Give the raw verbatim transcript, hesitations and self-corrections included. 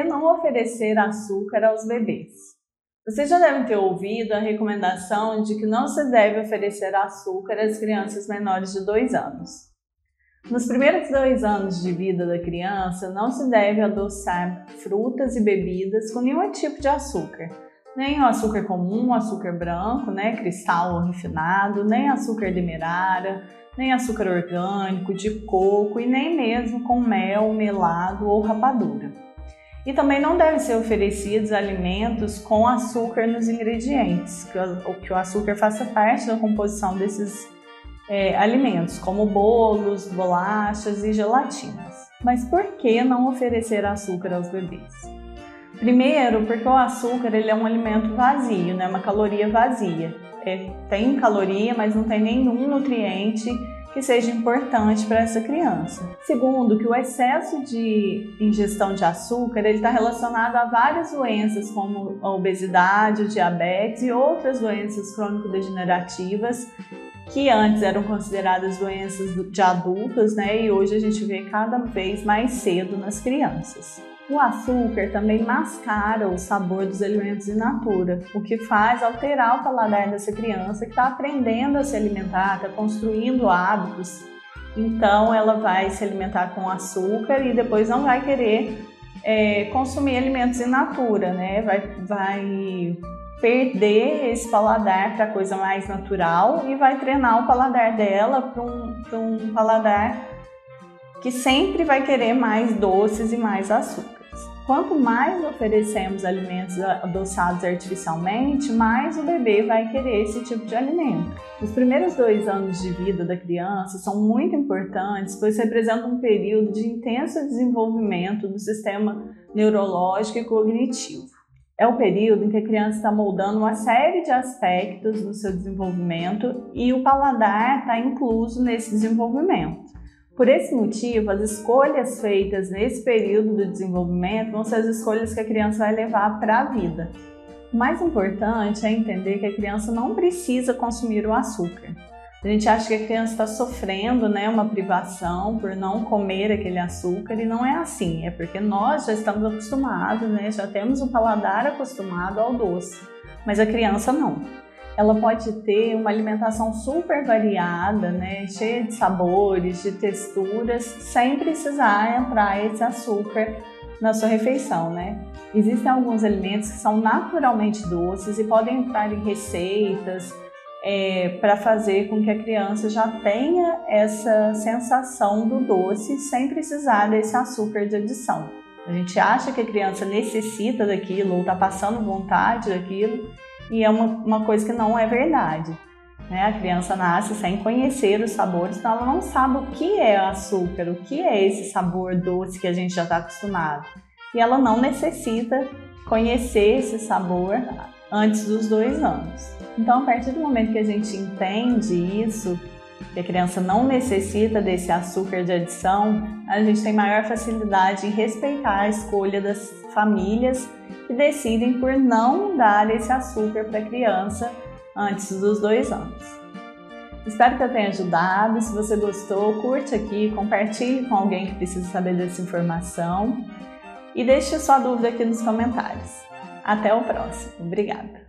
não oferecer açúcar aos bebês? Vocês já devem ter ouvido a recomendação de que não se deve oferecer açúcar às crianças menores de dois anos. Nos primeiros dois anos de vida da criança, não se deve adoçar frutas e bebidas com nenhum tipo de açúcar. Nem o açúcar comum, açúcar branco, né, cristal ou refinado, nem açúcar demerara, nem açúcar orgânico, de coco e nem mesmo com mel, melado ou rapadura. E também não devem ser oferecidos alimentos com açúcar nos ingredientes, que o açúcar faça parte da composição desses é, alimentos, como bolos, bolachas e gelatinas. Mas por que não oferecer açúcar aos bebês? Primeiro, porque o açúcar ele é um alimento vazio, né? Uma caloria vazia. É, tem caloria, mas não tem nenhum nutriente que seja importante para essa criança. Segundo, que o excesso de ingestão de açúcar está relacionado a várias doenças, como a obesidade, o diabetes e outras doenças crônico-degenerativas, que antes eram consideradas doenças de adultos, né? E hoje a gente vê cada vez mais cedo nas crianças. O açúcar também mascara o sabor dos alimentos in natura, o que faz alterar o paladar dessa criança que está aprendendo a se alimentar, está construindo hábitos. Então ela vai se alimentar com açúcar e depois não vai querer é, consumir alimentos in natura, né? Vai, vai perder esse paladar para coisa mais natural e vai treinar o paladar dela para um, para um paladar que sempre vai querer mais doces e mais açúcar. Quanto mais oferecemos alimentos adoçados artificialmente, mais o bebê vai querer esse tipo de alimento. Os primeiros dois anos de vida da criança são muito importantes, pois representam um período de intenso desenvolvimento do sistema neurológico e cognitivo. É o período em que a criança está moldando uma série de aspectos do seu desenvolvimento e o paladar está incluso nesse desenvolvimento. Por esse motivo, as escolhas feitas nesse período do desenvolvimento vão ser as escolhas que a criança vai levar para a vida. O mais importante é entender que a criança não precisa consumir o açúcar. A gente acha que a criança está sofrendo, né, uma privação por não comer aquele açúcar e não é assim. É porque nós já estamos acostumados, né, já temos o paladar acostumado ao doce, mas a criança não. Ela pode ter uma alimentação super variada, né, cheia de sabores, de texturas, sem precisar entrar esse açúcar na sua refeição, né? Existem alguns alimentos que são naturalmente doces e podem entrar em receitas é, para fazer com que a criança já tenha essa sensação do doce sem precisar desse açúcar de adição. A gente acha que a criança necessita daquilo ou está passando vontade daquilo, e é uma, uma coisa que não é verdade, né? A criança nasce sem conhecer os sabores, então ela não sabe o que é açúcar, o que é esse sabor doce que a gente já está acostumado. E ela não necessita conhecer esse sabor antes dos dois anos. Então, a partir do momento que a gente entende isso, que a criança não necessita desse açúcar de adição, a gente tem maior facilidade em respeitar a escolha das famílias que decidem por não dar esse açúcar para a criança antes dos dois anos. Espero que eu tenha ajudado. Se você gostou, curte aqui, compartilhe com alguém que precisa saber dessa informação e deixe sua dúvida aqui nos comentários. Até o próximo. Obrigada!